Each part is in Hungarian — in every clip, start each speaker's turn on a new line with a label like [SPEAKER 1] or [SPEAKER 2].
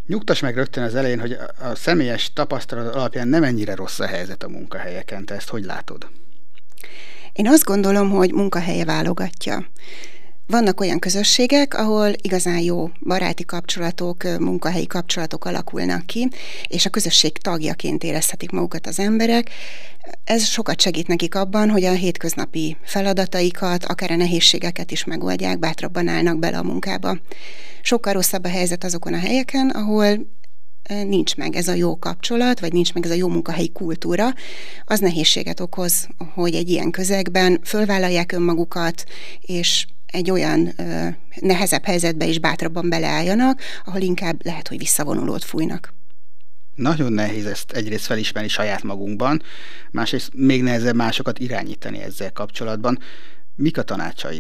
[SPEAKER 1] Nyugtass meg rögtön az elején, hogy a személyes tapasztalat alapján nem ennyire rossz a helyzet a munkahelyeken. Te ezt hogy látod?
[SPEAKER 2] Én azt gondolom, hogy munkahelye válogatja. Vannak olyan közösségek, ahol igazán jó baráti kapcsolatok, munkahelyi kapcsolatok alakulnak ki, és a közösség tagjaként érezhetik magukat az emberek. Ez sokat segít nekik abban, hogy a hétköznapi feladataikat, akár a nehézségeket is megoldják, bátrabban állnak bele a munkába. Sokkal rosszabb a helyzet azokon a helyeken, ahol nincs meg ez a jó kapcsolat, vagy nincs meg ez a jó munkahelyi kultúra, az nehézséget okoz, hogy egy ilyen közegben fölvállalják önmagukat, és egy olyan nehezebb helyzetbe is bátrabban beleálljanak, ahol inkább lehet, hogy visszavonulót fújnak.
[SPEAKER 1] Nagyon nehéz ezt egyrészt felismerni saját magunkban, másrészt még nehezebb másokat irányítani ezzel kapcsolatban. Mik a tanácsaid?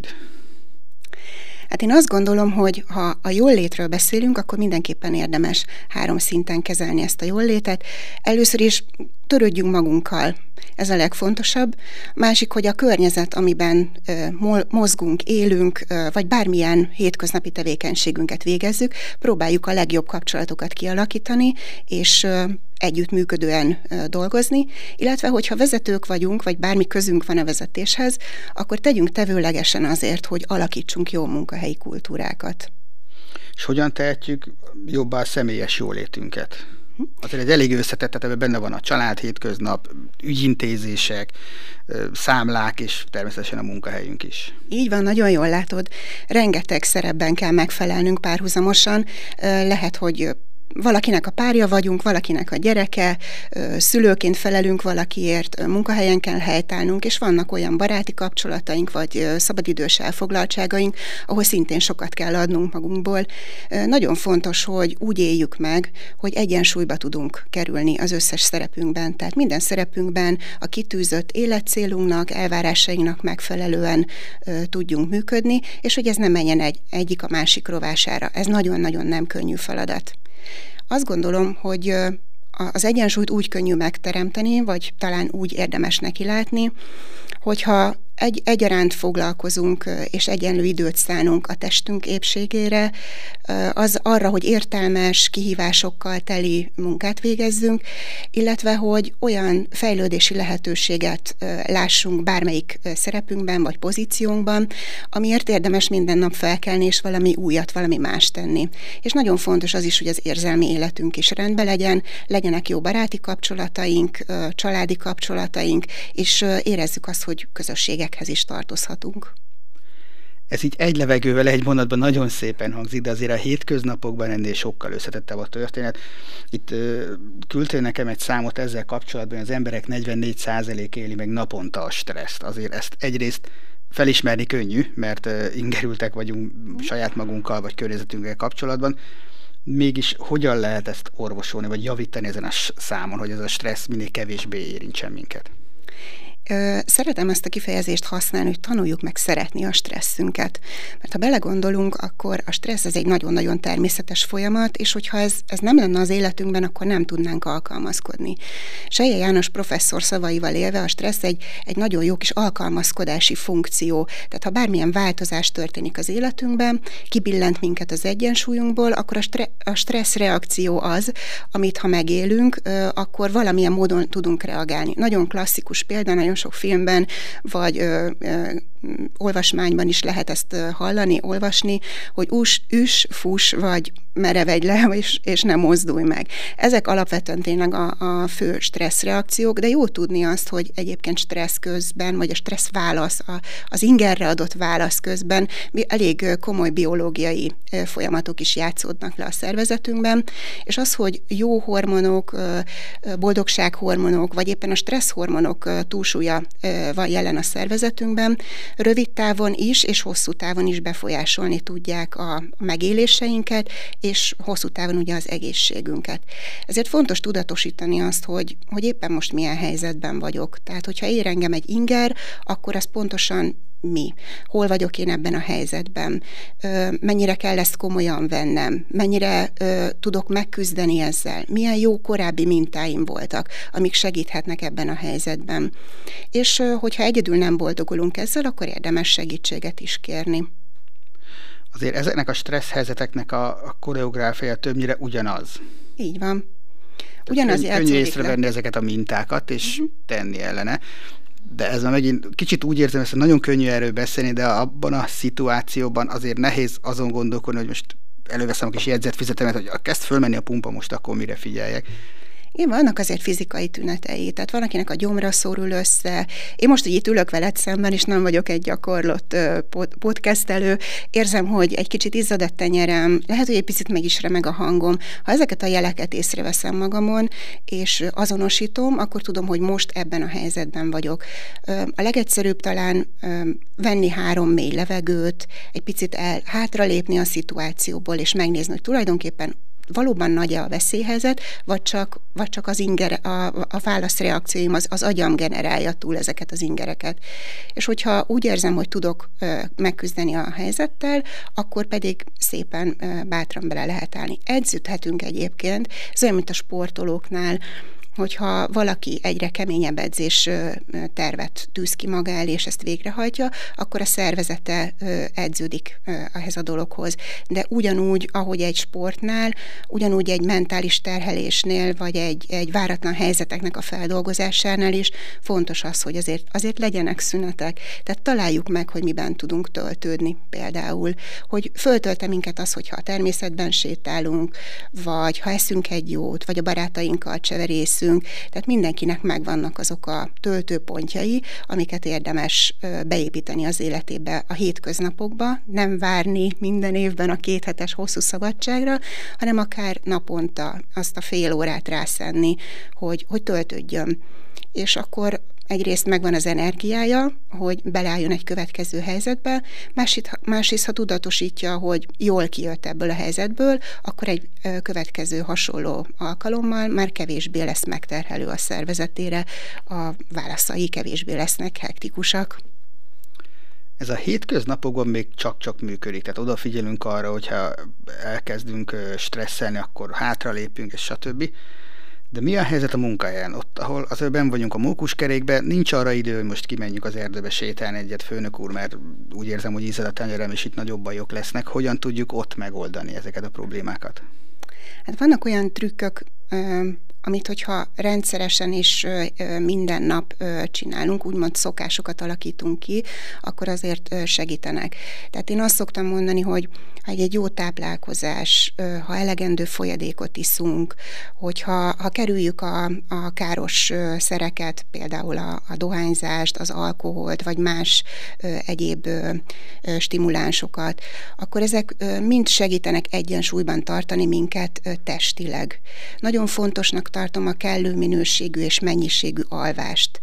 [SPEAKER 2] Hát én azt gondolom, hogy ha a jóllétről beszélünk, akkor mindenképpen érdemes 3 szinten kezelni ezt a jóllétet. Először is törődjünk magunkkal, ez a legfontosabb. Másik, hogy a környezet, amiben mozgunk, élünk, vagy bármilyen hétköznapi tevékenységünket végezzük, próbáljuk a legjobb kapcsolatokat kialakítani, és együttműködően dolgozni, illetve hogyha vezetők vagyunk, vagy bármi közünk van a vezetéshez, akkor tegyünk tevőlegesen azért, hogy alakítsunk jó munkahelyi kultúrákat.
[SPEAKER 1] És hogyan tehetjük jobbá a személyes jólétünket? Azért egy elég összetett, tehát ebben benne van a család, hétköznap, ügyintézések, számlák, és természetesen a munkahelyünk is.
[SPEAKER 2] Így van, nagyon jól látod. Rengeteg szerepben kell megfelelnünk párhuzamosan. Lehet, hogy valakinek a párja vagyunk, valakinek a gyereke, szülőként felelünk valakiért, munkahelyen kell helytállnunk, és vannak olyan baráti kapcsolataink, vagy szabadidős elfoglaltságaink, ahol szintén sokat kell adnunk magunkból. Nagyon fontos, hogy úgy éljük meg, hogy egyensúlyba tudunk kerülni az összes szerepünkben. Tehát minden szerepünkben a kitűzött életcélunknak, elvárásainknak megfelelően tudjunk működni, és hogy ez nem menjen egyik a másik rovására. Ez nagyon-nagyon nem könnyű feladat. Azt gondolom, hogy az egyensúlyt úgy könnyű megteremteni, vagy talán úgy érdemes neki látni, hogyha egyaránt foglalkozunk, és egyenlő időt szánunk a testünk épségére, az arra, hogy értelmes, kihívásokkal teli munkát végezzünk, illetve, hogy olyan fejlődési lehetőséget lássunk bármelyik szerepünkben, vagy pozíciónkban, amiért érdemes minden nap felkelni, és valami újat, valami más tenni. És nagyon fontos az is, hogy az érzelmi életünk is rendben legyen, legyenek jó baráti kapcsolataink, családi kapcsolataink, és érezzük azt, hogy közösségekhez is tartozhatunk.
[SPEAKER 1] Ez így egy levegővel, egy mondatban nagyon szépen hangzik, de azért a hétköznapokban ennél sokkal összetettebb a történet. Itt küldtél nekem egy számot ezzel kapcsolatban, hogy az emberek 44% éli meg naponta a stresszt. Azért ezt egyrészt felismerni könnyű, mert ingerültek vagyunk saját magunkkal, vagy környezetünkkel kapcsolatban. Mégis hogyan lehet ezt orvosolni, vagy javítani ezen a számon, hogy ez a stressz minél kevésbé érintsen minket?
[SPEAKER 2] Szeretem ezt a kifejezést használni, hogy tanuljuk meg szeretni a stresszünket. Mert ha belegondolunk, akkor a stressz ez egy nagyon-nagyon természetes folyamat, és hogyha ez nem lenne az életünkben, akkor nem tudnánk alkalmazkodni. Selye János professzor szavaival élve, a stressz egy nagyon jó kis alkalmazkodási funkció. Tehát ha bármilyen változás történik az életünkben, kibillent minket az egyensúlyunkból, akkor a stressz reakció az, amit ha megélünk, akkor valamilyen módon tudunk reagálni. Nagyon klasszikus példa, nagyon sok filmben, vagy olvasmányban is lehet ezt hallani, olvasni, hogy üss, fuss, vagy merevedj le, és nem mozdulj meg. Ezek alapvetően tényleg a fő stressz reakciók, de jó tudni azt, hogy egyébként stressz közben, vagy a stressz válasz, az ingerre adott válasz közben elég komoly biológiai folyamatok is játszódnak le a szervezetünkben, és az, hogy jó hormonok, boldogsághormonok, vagy éppen a stressz hormonok túlsúlya van jelen a szervezetünkben, rövid távon is, és hosszú távon is befolyásolni tudják a megéléseinket, és hosszú távon ugye az egészségünket. Ezért fontos tudatosítani azt, hogy éppen most milyen helyzetben vagyok. Tehát, hogyha ér engem egy inger, akkor az pontosan mi? Hol vagyok én ebben a helyzetben? Mennyire kell ezt komolyan vennem? Mennyire tudok megküzdeni ezzel? Milyen jó korábbi mintáim voltak, amik segíthetnek ebben a helyzetben? És hogyha egyedül nem boldogulunk ezzel, akkor érdemes segítséget is kérni.
[SPEAKER 1] azért ezeknek a stressz helyzeteknek a koreográfiája többnyire ugyanaz.
[SPEAKER 2] Így van. Ugyanaz
[SPEAKER 1] könnyű észrevenni ezeket a mintákat, és tenni ellene. De ez már megint kicsit úgy érzem, hogy nagyon könnyű erről beszélni, de abban a szituációban azért nehéz azon gondolkodni, hogy most előveszem a kis jegyzetfüzetemet, hogy kezd fölmenni a pumpa, most akkor mire figyeljek.
[SPEAKER 2] Igen, vannak azért fizikai tünetei, tehát van, akinek a gyomra szorul össze. Én most így itt ülök veled szemben, és nem vagyok egy gyakorlott podcastelő. Érzem, hogy egy kicsit izzad a tenyerem, lehet, hogy egy picit meg is remeg a hangom. Ha ezeket a jeleket észreveszem magamon, és azonosítom, akkor tudom, hogy most ebben a helyzetben vagyok. A legegyszerűbb talán venni 3 mély levegőt, egy picit hátralépni a szituációból, és megnézni, hogy tulajdonképpen valóban nagy-e a veszélyhelyzet, vagy csak az a válaszreakcióim, az agyam generálja túl ezeket az ingereket. És hogyha úgy érzem, hogy tudok megküzdeni a helyzettel, akkor pedig szépen bátran bele lehet állni. Edződhetünk egyébként, ez olyan, mint a sportolóknál, hogyha valaki egyre keményebb edzés tervet tűz ki maga elé, és ezt végrehajtja, akkor a szervezete edződik ehhez a dologhoz. De ugyanúgy, ahogy egy sportnál, ugyanúgy egy mentális terhelésnél, vagy egy váratlan helyzeteknek a feldolgozásánál is fontos az, hogy azért legyenek szünetek. Tehát találjuk meg, hogy miben tudunk töltődni például. Hogy föltölte minket az, hogyha a természetben sétálunk, vagy ha eszünk egy jót, vagy a barátainkkal cseverészünk. Tehát mindenkinek megvannak azok a töltőpontjai, amiket érdemes beépíteni az életébe a hétköznapokba, nem várni minden évben a 2 hetes hosszú szabadságra, hanem akár naponta azt a fél órát rászenni, hogy töltődjön. És akkor egyrészt megvan az energiája, hogy beleálljon egy következő helyzetbe, másrészt, ha tudatosítja, hogy jól kijött ebből a helyzetből, akkor egy következő hasonló alkalommal már kevésbé lesz megterhelő a szervezetére, a válaszai kevésbé lesznek hektikusak.
[SPEAKER 1] Ez a hétköznapokban még csak-csak működik, tehát odafigyelünk arra, hogyha elkezdünk stresszelni, akkor hátralépünk, és stb. De mi a helyzet a munkahelyen? Ott, ahol azért benn vagyunk a mókuskerékben, nincs arra idő, hogy most kimenjünk az erdőbe sétálni egyet, főnök úr, mert úgy érzem, hogy izzad a tenyerem, és itt nagyobb bajok lesznek. Hogyan tudjuk ott megoldani ezeket a problémákat?
[SPEAKER 2] Hát vannak olyan trükkök, amit hogyha rendszeresen és minden nap csinálunk, úgymond szokásokat alakítunk ki, akkor azért segítenek. Tehát én azt szoktam mondani, hogy egy jó táplálkozás, ha elegendő folyadékot iszunk, hogyha kerüljük a káros szereket, például a dohányzást, az alkoholt, vagy más egyéb stimulánsokat, akkor ezek mind segítenek egyensúlyban tartani minket testileg. Nagyon fontosnak tartom a kellő minőségű és mennyiségű alvást.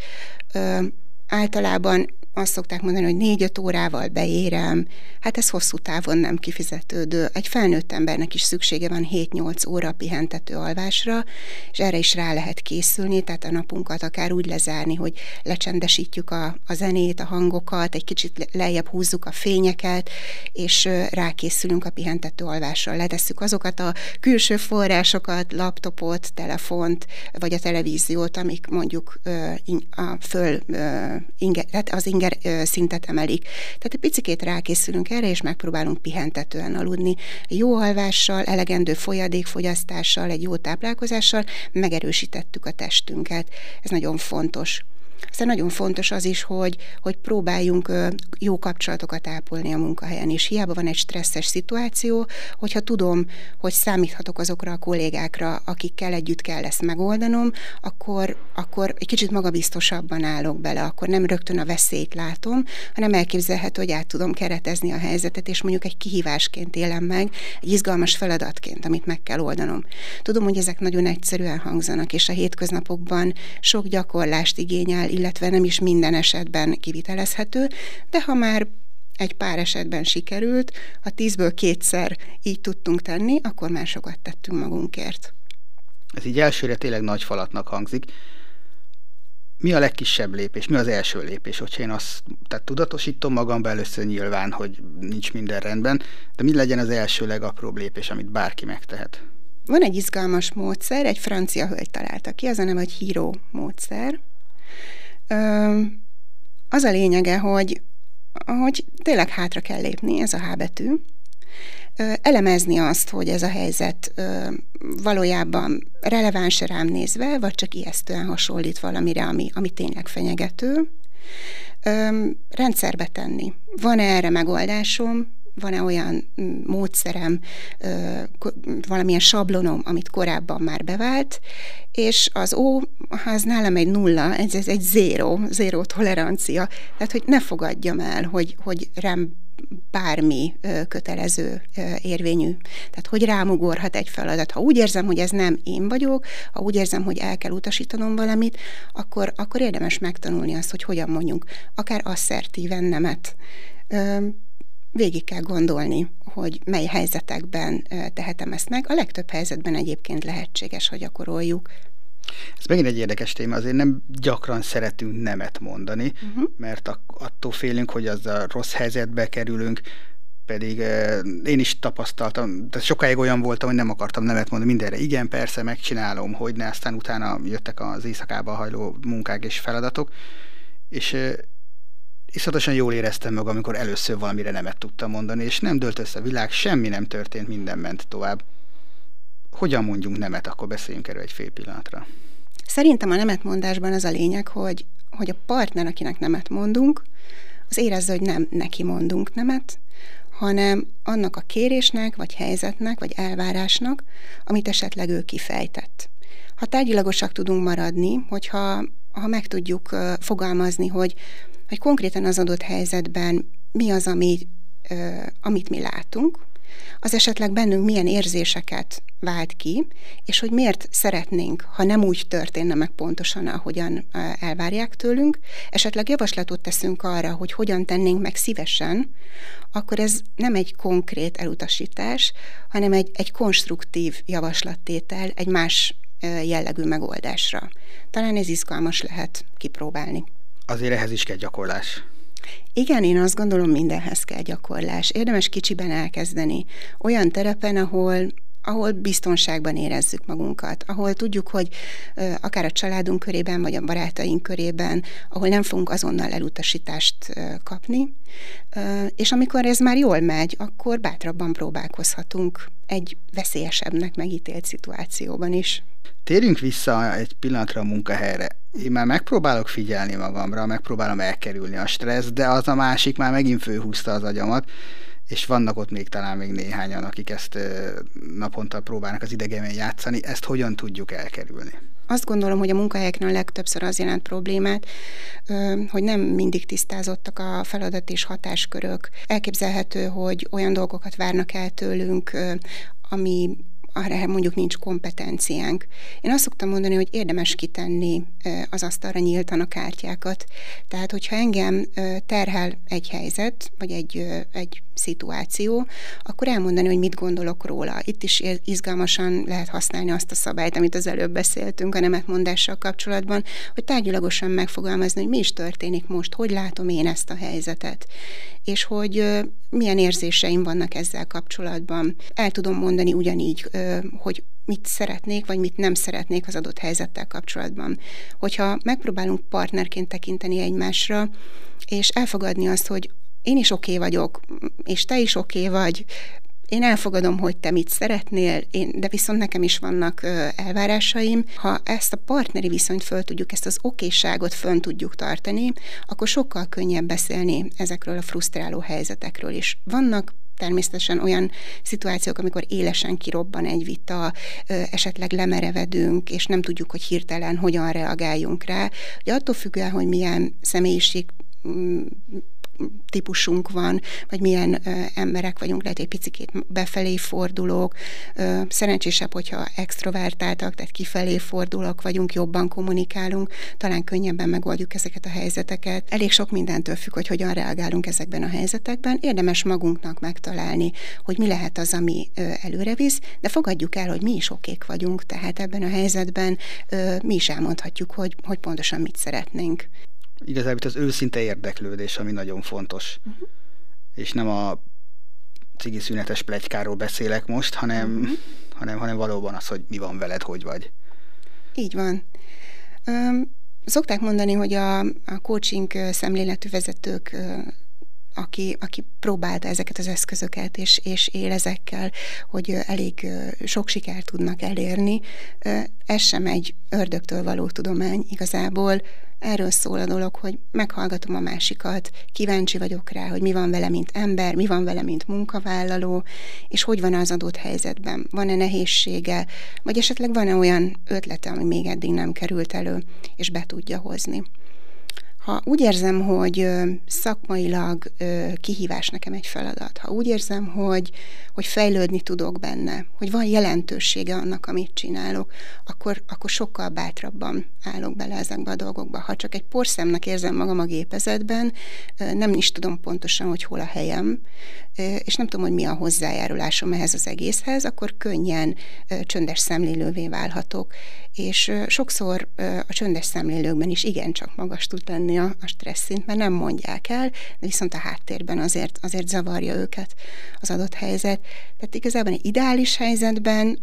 [SPEAKER 2] Általában azt szokták mondani, hogy 4-5 órával beérem, hát ez hosszú távon nem kifizetődő. Egy felnőtt embernek is szüksége van 7-8 óra pihentető alvásra, és erre is rá lehet készülni, tehát a napunkat akár úgy lezárni, hogy lecsendesítjük a zenét, a hangokat, egy kicsit lejjebb húzzuk a fényeket, és rákészülünk a pihentető alvásra. Letesszük azokat a külső forrásokat, laptopot, telefont, vagy a televíziót, amik mondjuk az inger szintet emelik. Tehát egy picikét rákészülünk erre, és megpróbálunk pihentetően aludni. Jó alvással, elegendő folyadékfogyasztással, egy jó táplálkozással megerősítettük a testünket. Ez nagyon fontos. Aztán nagyon fontos az is, hogy próbáljunk jó kapcsolatokat ápolni a munkahelyen is. Hiába van egy stresszes szituáció, hogyha tudom, hogy számíthatok azokra a kollégákra, akikkel együtt kell ezt megoldanom, akkor egy kicsit magabiztosabban állok bele, akkor nem rögtön a veszélyt látom, hanem elképzelhető, hogy át tudom keretezni a helyzetet, és mondjuk egy kihívásként élem meg, egy izgalmas feladatként, amit meg kell oldanom. Tudom, hogy ezek nagyon egyszerűen hangzanak, és a hétköznapokban sok gyakorlást igényel, illetve nem is minden esetben kivitelezhető, de ha már egy pár esetben sikerült, ha 10-ből 2-szer így tudtunk tenni, akkor már sokat tettünk magunkért.
[SPEAKER 1] Ez így elsőre tényleg nagy falatnak hangzik. Mi a legkisebb lépés? Mi az első lépés? Hogyha én tehát tudatosítom magamba először nyilván, hogy nincs minden rendben, de mi legyen az első legapróbb lépés, amit bárki megtehet?
[SPEAKER 2] Van egy izgalmas módszer, egy francia hölgy találta ki, az a neve, hogy Hiro módszer. Az a lényege, hogy tényleg hátra kell lépni, ez a H betű, elemezni azt, hogy ez a helyzet valójában releváns rám nézve, vagy csak ijesztően hasonlít valamire, ami tényleg fenyegető. Rendszerbe tenni. Van-e erre megoldásom? Van-e olyan módszerem, valamilyen sablonom, amit korábban már bevált, és az az nálam egy 0, ez egy zéró tolerancia. Tehát, hogy ne fogadjam el, hogy rám bármi kötelező érvényű. Tehát, hogy rám ugorhat egy feladat. Ha úgy érzem, hogy ez nem én vagyok, ha úgy érzem, hogy el kell utasítanom valamit, akkor érdemes megtanulni azt, hogy hogyan mondjunk, akár asszertíven nemet. Végig kell gondolni, hogy mely helyzetekben tehetem ezt meg. A legtöbb helyzetben egyébként lehetséges, hogy gyakoroljuk.
[SPEAKER 1] Ez megint egy érdekes téma, azért nem gyakran szeretünk nemet mondani, mert attól félünk, hogy azzal rossz helyzetbe kerülünk, pedig én is tapasztaltam, tehát sokáig olyan voltam, hogy nem akartam nemet mondani mindenre. Igen, persze, megcsinálom, hogy ne, aztán utána jöttek az éjszakába hajló munkák és feladatok, és iszonyatosan jól éreztem meg, amikor először valamire nemet tudtam mondani, és nem dőlt össze a világ, semmi nem történt, minden ment tovább. Hogyan mondjunk nemet, akkor beszéljünk erről egy fél pillanatra.
[SPEAKER 2] Szerintem a nemetmondásban az a lényeg, hogy a partner, akinek nemet mondunk, az érezze, hogy nem neki mondunk nemet, hanem annak a kérésnek, vagy helyzetnek, vagy elvárásnak, amit esetleg ő kifejtett. Ha tárgyilagosak tudunk maradni, hogyha meg tudjuk fogalmazni, hogy konkrétan az adott helyzetben mi az, amit mi látunk, az esetleg bennünk milyen érzéseket vált ki, és hogy miért szeretnénk, ha nem úgy történne meg pontosan, ahogyan elvárják tőlünk, esetleg javaslatot teszünk arra, hogy hogyan tennénk meg szívesen, akkor ez nem egy konkrét elutasítás, hanem egy konstruktív javaslattétel, egy más jellegű megoldásra. Talán ez izgalmas lehet kipróbálni.
[SPEAKER 1] Azért ehhez is kell gyakorlás.
[SPEAKER 2] Igen, én azt gondolom, mindenhez kell gyakorlás. Érdemes kicsiben elkezdeni. Olyan terepen, ahol biztonságban érezzük magunkat, ahol tudjuk, hogy akár a családunk körében, vagy a barátaink körében, ahol nem fogunk azonnal elutasítást kapni, és amikor ez már jól megy, akkor bátrabban próbálkozhatunk egy veszélyesebbnek megítélt szituációban is.
[SPEAKER 1] Térjünk vissza egy pillanatra a munkahelyre. Én már megpróbálok figyelni magamra, megpróbálom elkerülni a stressz, de az a másik már megint fölhúzta az agyamat, és vannak ott talán még néhányan, akik ezt naponta próbálnak az idegemen játszani. Ezt hogyan tudjuk elkerülni?
[SPEAKER 2] Azt gondolom, hogy a munkahelyeken a legtöbbször az jelent problémát, hogy nem mindig tisztázottak a feladat és hatáskörök. Elképzelhető, hogy olyan dolgokat várnak el tőlünk, ami arra mondjuk nincs kompetenciánk. Én azt szoktam mondani, hogy érdemes kitenni az asztalra nyíltan a kártyákat. Tehát, hogyha engem terhel egy helyzet, vagy egy szituáció, akkor elmondani, hogy mit gondolok róla. Itt is izgalmasan lehet használni azt a szabályt, amit az előbb beszéltünk a nemetmondással kapcsolatban, hogy tárgyilagosan megfogalmazni, hogy mi is történik most, hogy látom én ezt a helyzetet, és hogy milyen érzéseim vannak ezzel kapcsolatban. El tudom mondani ugyanígy, hogy mit szeretnék, vagy mit nem szeretnék az adott helyzettel kapcsolatban. Hogyha megpróbálunk partnerként tekinteni egymásra, és elfogadni azt, hogy én is oké vagyok, és te is oké vagy, én elfogadom, hogy te mit szeretnél, de viszont nekem is vannak elvárásaim. Ha ezt a partneri viszonyt ezt az okéságot fönn tudjuk tartani, akkor sokkal könnyebb beszélni ezekről a frusztráló helyzetekről is. Vannak természetesen olyan szituációk, amikor élesen kirobban egy vita, esetleg lemerevedünk, és nem tudjuk, hogy hirtelen hogyan reagáljunk rá. Ugye attól függően, hogy milyen személyiség típusunk van, vagy milyen emberek vagyunk, lehet egy picikét befelé fordulók, szerencsésebb, hogyha extrovertáltak, tehát kifelé fordulók vagyunk, jobban kommunikálunk, talán könnyebben megoldjuk ezeket a helyzeteket. Elég sok mindentől függ, hogy hogyan reagálunk ezekben a helyzetekben. Érdemes magunknak megtalálni, hogy mi lehet az, ami előre visz, de fogadjuk el, hogy mi is okék vagyunk, tehát ebben a helyzetben mi is elmondhatjuk, hogy pontosan mit szeretnénk.
[SPEAKER 1] Igazából itt az őszinte érdeklődés, ami nagyon fontos. És nem a cigiszünetes pletykáról beszélek most, hanem valóban az, hogy mi van veled, hogy vagy.
[SPEAKER 2] Így van. Szokták mondani, hogy a coaching szemléletű vezetők aki próbálta ezeket az eszközöket, és él ezekkel, hogy elég sok sikert tudnak elérni. Ez sem egy ördögtől való tudomány igazából. Erről szól a dolog, hogy meghallgatom a másikat, kíváncsi vagyok rá, hogy mi van vele, mint ember, mi van vele, mint munkavállaló, és hogy van az adott helyzetben. Van-e nehézsége, vagy esetleg van-e olyan ötlete, ami még eddig nem került elő, és be tudja hozni. Ha úgy érzem, hogy szakmailag kihívás nekem egy feladat, ha úgy érzem, hogy fejlődni tudok benne, hogy van jelentősége annak, amit csinálok, akkor sokkal bátrabban állok bele ezekbe a dolgokba. Ha csak egy porszemnek érzem magam a gépezetben, nem is tudom pontosan, hogy hol a helyem, és nem tudom, hogy mi a hozzájárulásom ehhez az egészhez, akkor könnyen csöndes szemlélővé válhatok. És sokszor a csöndes szemlélőkben is igencsak magas tud lenni a stressz szint, mert nem mondják el, de viszont a háttérben azért zavarja őket az adott helyzet. Tehát igazából egy ideális helyzetben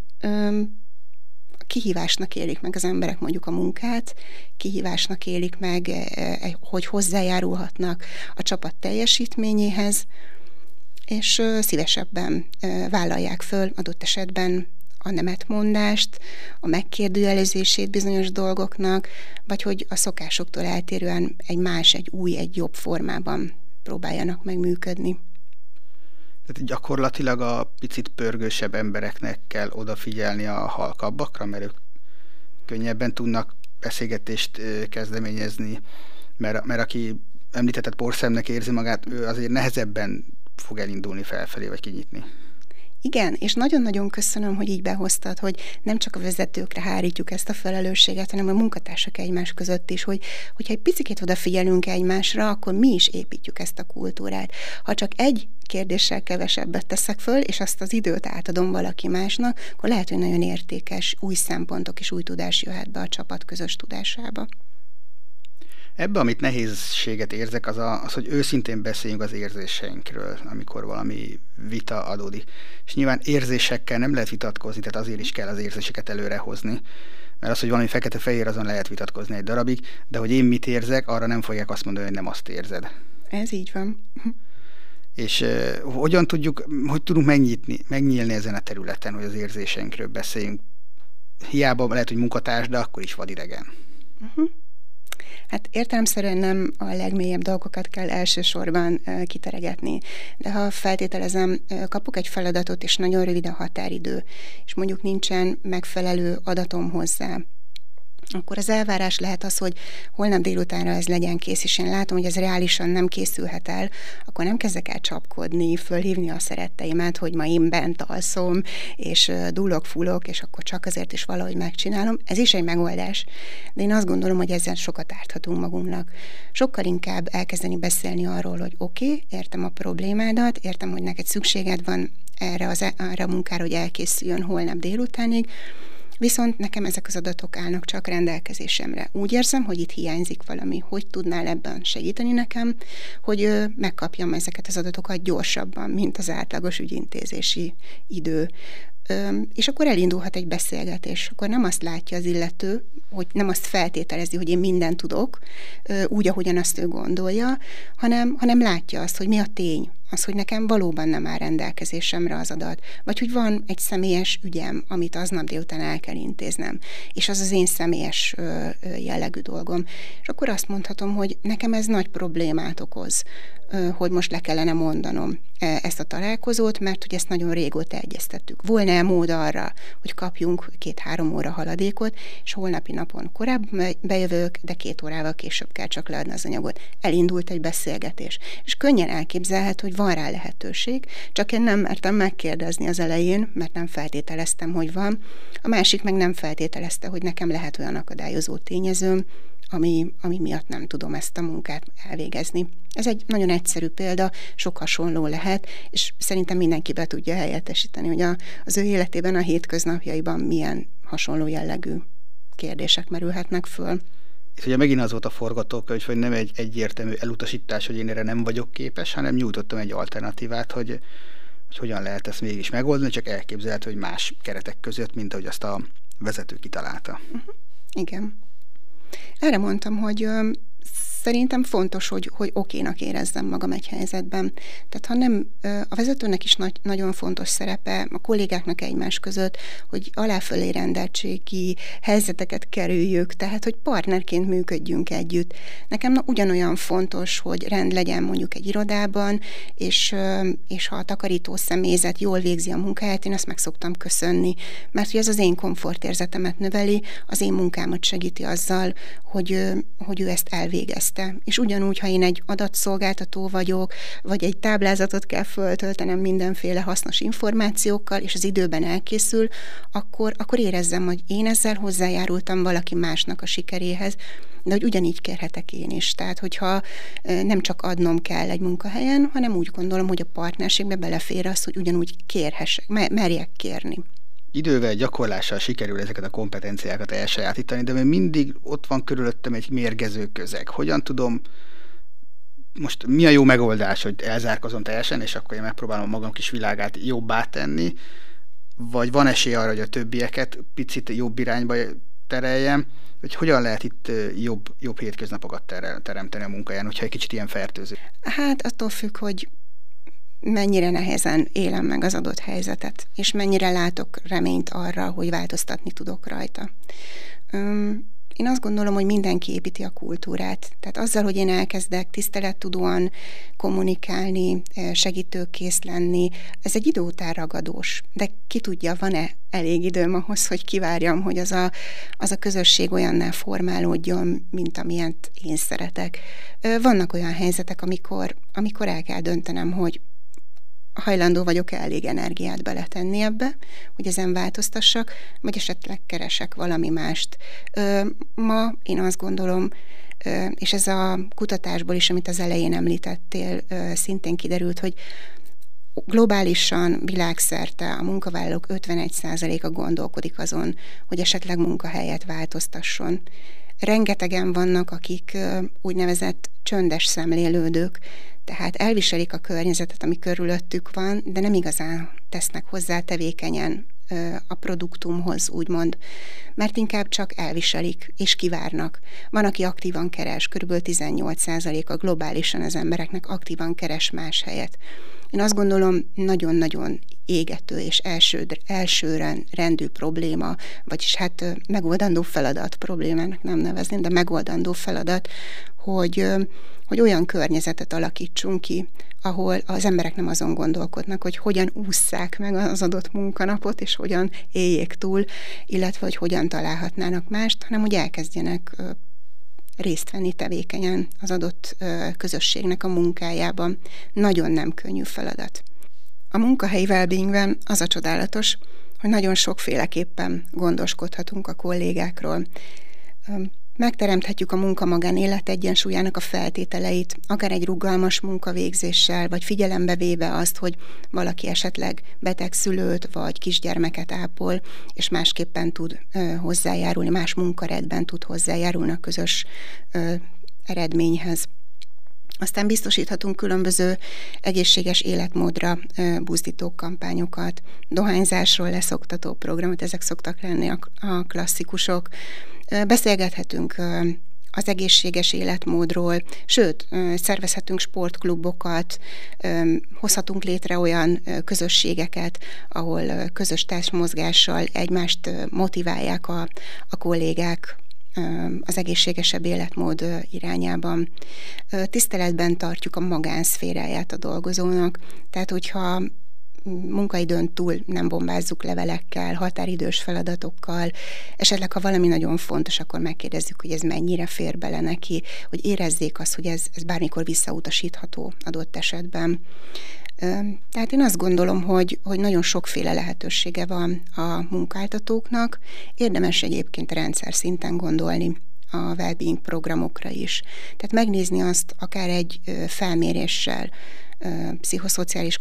[SPEAKER 2] kihívásnak élik meg az emberek mondjuk a munkát, kihívásnak élik meg, hogy hozzájárulhatnak a csapat teljesítményéhez, és szívesebben vállalják föl adott esetben a nemetmondást, a megkérdőjelezését bizonyos dolgoknak, vagy hogy a szokásoktól eltérően egy új, egy jobb formában próbáljanak meg működni.
[SPEAKER 1] Tehát gyakorlatilag a picit pörgősebb embereknek kell odafigyelni a halkabbakra, mert ők könnyebben tudnak beszélgetést kezdeményezni, mert aki említetted porszemnek érzi magát, ő azért nehezebben fog elindulni felfelé, vagy kinyitni.
[SPEAKER 2] Igen, és nagyon-nagyon köszönöm, hogy így behoztad, hogy nem csak a vezetőkre hárítjuk ezt a felelősséget, hanem a munkatársak egymás között is, hogyha egy picit odafigyelünk egymásra, akkor mi is építjük ezt a kultúrát. Ha csak egy kérdéssel kevesebbet teszek föl, és azt az időt átadom valaki másnak, akkor lehet, hogy nagyon értékes új szempontok és új tudás jöhet be a csapat közös tudásába.
[SPEAKER 1] Ebben, amit nehézséget érzek, az, hogy őszintén beszéljünk az érzéseinkről, amikor valami vita adódik. És nyilván érzésekkel nem lehet vitatkozni, tehát azért is kell az érzéseket előrehozni, mert az, hogy valami fekete-fehér, azon lehet vitatkozni egy darabig, de hogy én mit érzek, arra nem fogják azt mondani, hogy nem azt érzed.
[SPEAKER 2] Ez így van.
[SPEAKER 1] És hogy tudunk megnyílni ezen a területen, hogy az érzéseinkről beszéljünk. Hiába lehet, hogy munkatárs, de akkor is vadidegen.
[SPEAKER 2] Hát értelemszerűen nem a legmélyebb dolgokat kell elsősorban kiteregetni, de ha feltételezem, kapok egy feladatot, és nagyon rövid a határidő, és mondjuk nincsen megfelelő adatom hozzá, akkor az elvárás lehet az, hogy holnap délutánra ez legyen kész, és én látom, hogy ez reálisan nem készülhet el, akkor nem kezdek el csapkodni, fölhívni a szeretteimet, hogy ma én bent alszom, és dúlok-fulok, és akkor csak azért is valahogy megcsinálom. Ez is egy megoldás, de én azt gondolom, hogy ezzel sokat árthatunk magunknak. Sokkal inkább elkezdeni beszélni arról, hogy oké, értem a problémádat, értem, hogy neked szükséged van erre a munkára, hogy elkészüljön holnap délutánig, viszont nekem ezek az adatok állnak csak rendelkezésemre. Úgy érzem, hogy itt hiányzik valami. Hogy tudnál ebben segíteni nekem, hogy megkapjam ezeket az adatokat gyorsabban, mint az átlagos ügyintézési idő. És akkor elindulhat egy beszélgetés. Akkor nem azt látja az illető, hogy nem azt feltételezi, hogy én mindent tudok, úgy, ahogyan azt ő gondolja, hanem látja azt, hogy mi a tény, az, hogy nekem valóban nem áll rendelkezésemre az adat, vagy hogy van egy személyes ügyem, amit aznap délután el kell intéznem, és az az én személyes jellegű dolgom. És akkor azt mondhatom, hogy nekem ez nagy problémát okoz, hogy most le kellene mondanom ezt a találkozót, mert hogy ezt nagyon régóta egyeztettük. Volna-e mód arra, hogy kapjunk 2-3 óra haladékot, és holnapi napon korábban bejövök, de 2 órával később kell csak leadni az anyagot. Elindult egy beszélgetés. És könnyen elképzelhető, hogy van rá lehetőség, csak én nem mertem megkérdezni az elején, mert nem feltételeztem, hogy van. A másik meg nem feltételezte, hogy nekem lehet olyan akadályozó tényezőm, ami miatt nem tudom ezt a munkát elvégezni. Ez egy nagyon egyszerű példa, sok hasonló lehet, és szerintem mindenki be tudja helyettesíteni, hogy az ő életében, a hétköznapjaiban milyen hasonló jellegű kérdések merülhetnek föl.
[SPEAKER 1] Itt ugye megint az volt a forgatókönyv, hogy nem egy egyértelmű elutasítás, hogy én erre nem vagyok képes, hanem nyújtottam egy alternatívát, hogy hogyan lehet ezt mégis megoldani, csak elképzelhető, hogy más keretek között, mint ahogy azt a vezető kitalálta.
[SPEAKER 2] Igen. Erre mondtam, hogy szerintem fontos, hogy okénak érezzem magam egy helyzetben. Tehát ha nem, a vezetőnek is nagyon fontos szerepe, a kollégáknak egymás között, hogy aláfölé rendeltségi helyzeteket kerüljük, tehát hogy partnerként működjünk együtt. Nekem ugyanolyan fontos, hogy rend legyen mondjuk egy irodában, és ha a takarító személyzet jól végzi a munkáját, én ezt meg szoktam köszönni, mert hogy ez az én komfortérzetemet növeli, az én munkámat segíti azzal, hogy ő ezt elvégezte. És ugyanúgy, ha én egy adatszolgáltató vagyok, vagy egy táblázatot kell föltöltenem mindenféle hasznos információkkal, és az időben elkészül, akkor érezzem, hogy én ezzel hozzájárultam valaki másnak a sikeréhez, de hogy ugyanígy kérhetek én is. Tehát, hogyha nem csak adnom kell egy munkahelyen, hanem úgy gondolom, hogy a partnerségbe belefér az, hogy ugyanúgy kérhessek, merjek kérni.
[SPEAKER 1] Idővel, gyakorlással sikerül ezeket a kompetenciákat elsajátítani, de még mindig ott van körülöttem egy mérgező közeg. Hogyan tudom, most mi a jó megoldás, hogy elzárkozom teljesen, és akkor én megpróbálom magam kis világát jobbá tenni, vagy van esély arra, hogy a többieket picit jobb irányba tereljem, hogy hogyan lehet itt jobb hétköznapokat teremteni a munkáján, hogyha egy kicsit ilyen fertőző?
[SPEAKER 2] Hát attól függ, hogy mennyire nehezen élem meg az adott helyzetet, és mennyire látok reményt arra, hogy változtatni tudok rajta. Én azt gondolom, hogy mindenki építi a kultúrát. Tehát azzal, hogy én elkezdek tisztelettudóan kommunikálni, segítőkész lenni, ez egy idő után ragadós. De ki tudja, van-e elég időm ahhoz, hogy kivárjam, hogy az a közösség olyanná formálódjon, mint amilyent én szeretek. Vannak olyan helyzetek, amikor el kell döntenem, hogy hajlandó vagyok elég energiát beletenni ebbe, hogy ezen változtassak, vagy esetleg keresek valami mást. Ma én azt gondolom, és ez a kutatásból is, amit az elején említettél, szintén kiderült, hogy globálisan, világszerte a munkavállalók 51%-a gondolkodik azon, hogy esetleg munkahelyet változtasson. Rengetegen vannak, akik úgynevezett csöndes szemlélődők, tehát elviselik a környezetet, ami körülöttük van, de nem igazán tesznek hozzá tevékenyen a produktumhoz, úgymond, mert inkább csak elviselik és kivárnak. Van, aki aktívan keres, kb. 18% globálisan az embereknek aktívan keres más helyet. Én azt gondolom, nagyon-nagyon égető és elsőrendű probléma, vagyis hát megoldandó feladat, problémának nem nevezném, de megoldandó feladat, hogy olyan környezetet alakítsunk ki, ahol az emberek nem azon gondolkodnak, hogy hogyan ússzák meg az adott munkanapot, és hogyan éljék túl, illetve hogy hogyan találhatnának mást, hanem hogy elkezdjenek részt venni tevékenyen az adott közösségnek a munkájában. Nagyon nem könnyű feladat. A munkahelyi wellbeingben az a csodálatos, hogy nagyon sokféleképpen gondoskodhatunk a kollégákról. Megteremthetjük a munka-magánélet egyensúlyának a feltételeit, akár egy rugalmas munkavégzéssel, vagy figyelembe véve azt, hogy valaki esetleg beteg szülőt, vagy kisgyermeket ápol, és másképpen tud hozzájárulni, más munkaredben tud hozzájárulni a közös eredményhez. Aztán biztosíthatunk különböző egészséges életmódra buzdító kampányokat, dohányzásról leszoktató programot, ezek szoktak lenni a klasszikusok. Beszélgethetünk az egészséges életmódról, sőt, szervezhetünk sportklubokat, hozhatunk létre olyan közösségeket, ahol közös társmozgással egymást motiválják a kollégák az egészségesebb életmód irányában. Tiszteletben tartjuk a magánszféráját a dolgozónak, tehát hogyha munkaidőn túl nem bombázzuk levelekkel, határidős feladatokkal, esetleg ha valami nagyon fontos, akkor megkérdezzük, hogy ez mennyire fér bele neki, hogy érezzék azt, hogy ez bármikor visszautasítható adott esetben. Tehát én azt gondolom, hogy nagyon sokféle lehetősége van a munkáltatóknak, érdemes egyébként rendszer szinten gondolni a wellbeing programokra is. Tehát megnézni azt akár egy felméréssel, pszichoszociális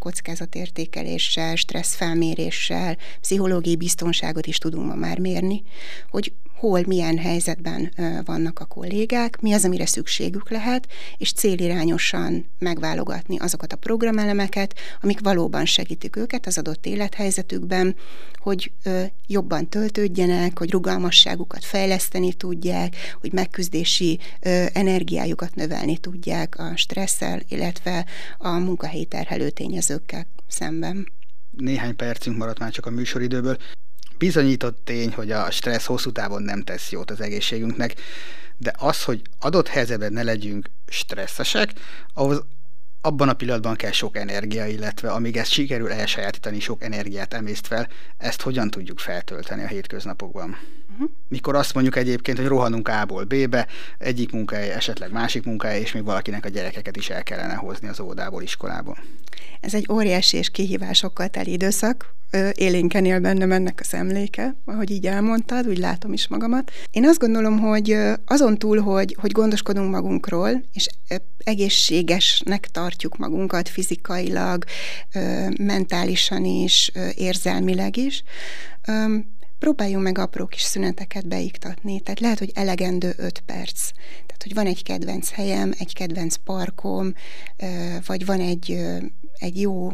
[SPEAKER 2] kockázatértékeléssel, stresszfelméréssel, pszichológiai biztonságot is tudunk ma már mérni, hogy hol, milyen helyzetben vannak a kollégák, mi az, amire szükségük lehet, és célirányosan megválogatni azokat a programelemeket, amik valóban segítik őket az adott élethelyzetükben, hogy jobban töltődjenek, hogy rugalmasságukat fejleszteni tudják, hogy megküzdési energiájukat növelni tudják a stresszel, illetve a munkahelyi terhelő tényezőkkel szemben.
[SPEAKER 1] Néhány percünk maradt már csak a műsoridőből. Bizonyított tény, hogy a stressz hosszú távon nem tesz jót az egészségünknek, de az, hogy adott helyzetben ne legyünk stresszesek, ahhoz abban a pillanatban kell sok energia, illetve amíg ezt sikerül elsajátítani, sok energiát emészt fel, ezt hogyan tudjuk feltölteni a hétköznapokban? Mikor azt mondjuk egyébként, hogy rohanunk A-ból B-be, egyik munkahely, esetleg másik munkahely, és még valakinek a gyerekeket is el kellene hozni az óvodából, iskolából.
[SPEAKER 2] Ez egy óriási és kihívásokkal teli időszak. Élénken él bennem ennek az emléke, ahogy így elmondtad, úgy látom is magamat. Én azt gondolom, hogy azon túl, hogy gondoskodunk magunkról, és egészségesnek tartjuk magunkat fizikailag, mentálisan is, érzelmileg is, próbáljunk meg apró kis szüneteket beiktatni. Tehát lehet, hogy elegendő 5 perc. Tehát, hogy van egy kedvenc helyem, egy kedvenc parkom, vagy van egy jó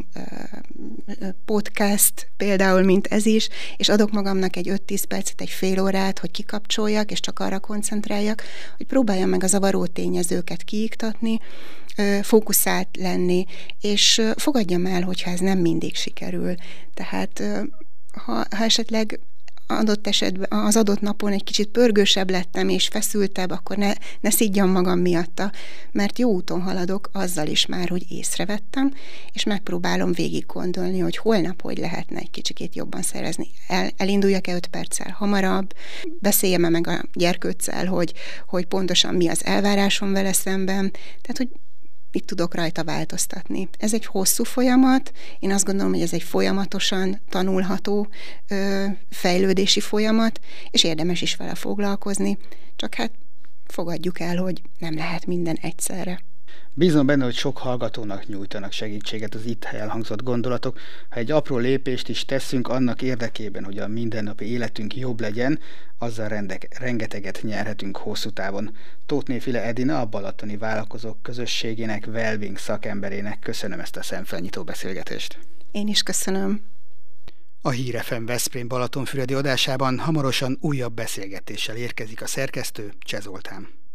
[SPEAKER 2] podcast, például, mint ez is, és adok magamnak egy 5-10 percet, egy fél órát, hogy kikapcsoljak, és csak arra koncentráljak, hogy próbáljam meg a zavaró tényezőket kiiktatni, fókuszált lenni, és fogadjam el, hogyha ez nem mindig sikerül. Tehát, ha esetleg adott esetben az adott napon egy kicsit pörgősebb lettem és feszültebb, akkor ne szidjam magam miatta, mert jó úton haladok azzal is már, hogy észrevettem, és megpróbálom végig gondolni, hogy holnap hogy lehetne egy kicsikét jobban szerezni. Elinduljak-e 5 perccel hamarabb, beszéljem-e meg a gyerkőccel, hogy pontosan mi az elvárásom vele szemben, tehát hogy mit tudok rajta változtatni. Ez egy hosszú folyamat, én azt gondolom, hogy ez egy folyamatosan tanulható fejlődési folyamat, és érdemes is vele foglalkozni, csak hát fogadjuk el, hogy nem lehet minden egyszerre.
[SPEAKER 1] Bízom benne, hogy sok hallgatónak nyújtanak segítséget az itt elhangzott gondolatok. Ha egy apró lépést is teszünk annak érdekében, hogy a mindennapi életünk jobb legyen, azzal rengeteget nyerhetünk hosszú távon. Tóth File Edina, a Balatoni Vállalkozók Közösségének Wellbeing szakemberének köszönöm ezt a szemfelnyitó beszélgetést.
[SPEAKER 2] Én is köszönöm.
[SPEAKER 1] A Hír FM Veszprém Balatonfüredi adásában hamarosan újabb beszélgetéssel érkezik a szerkesztő, Cseh Zoltán.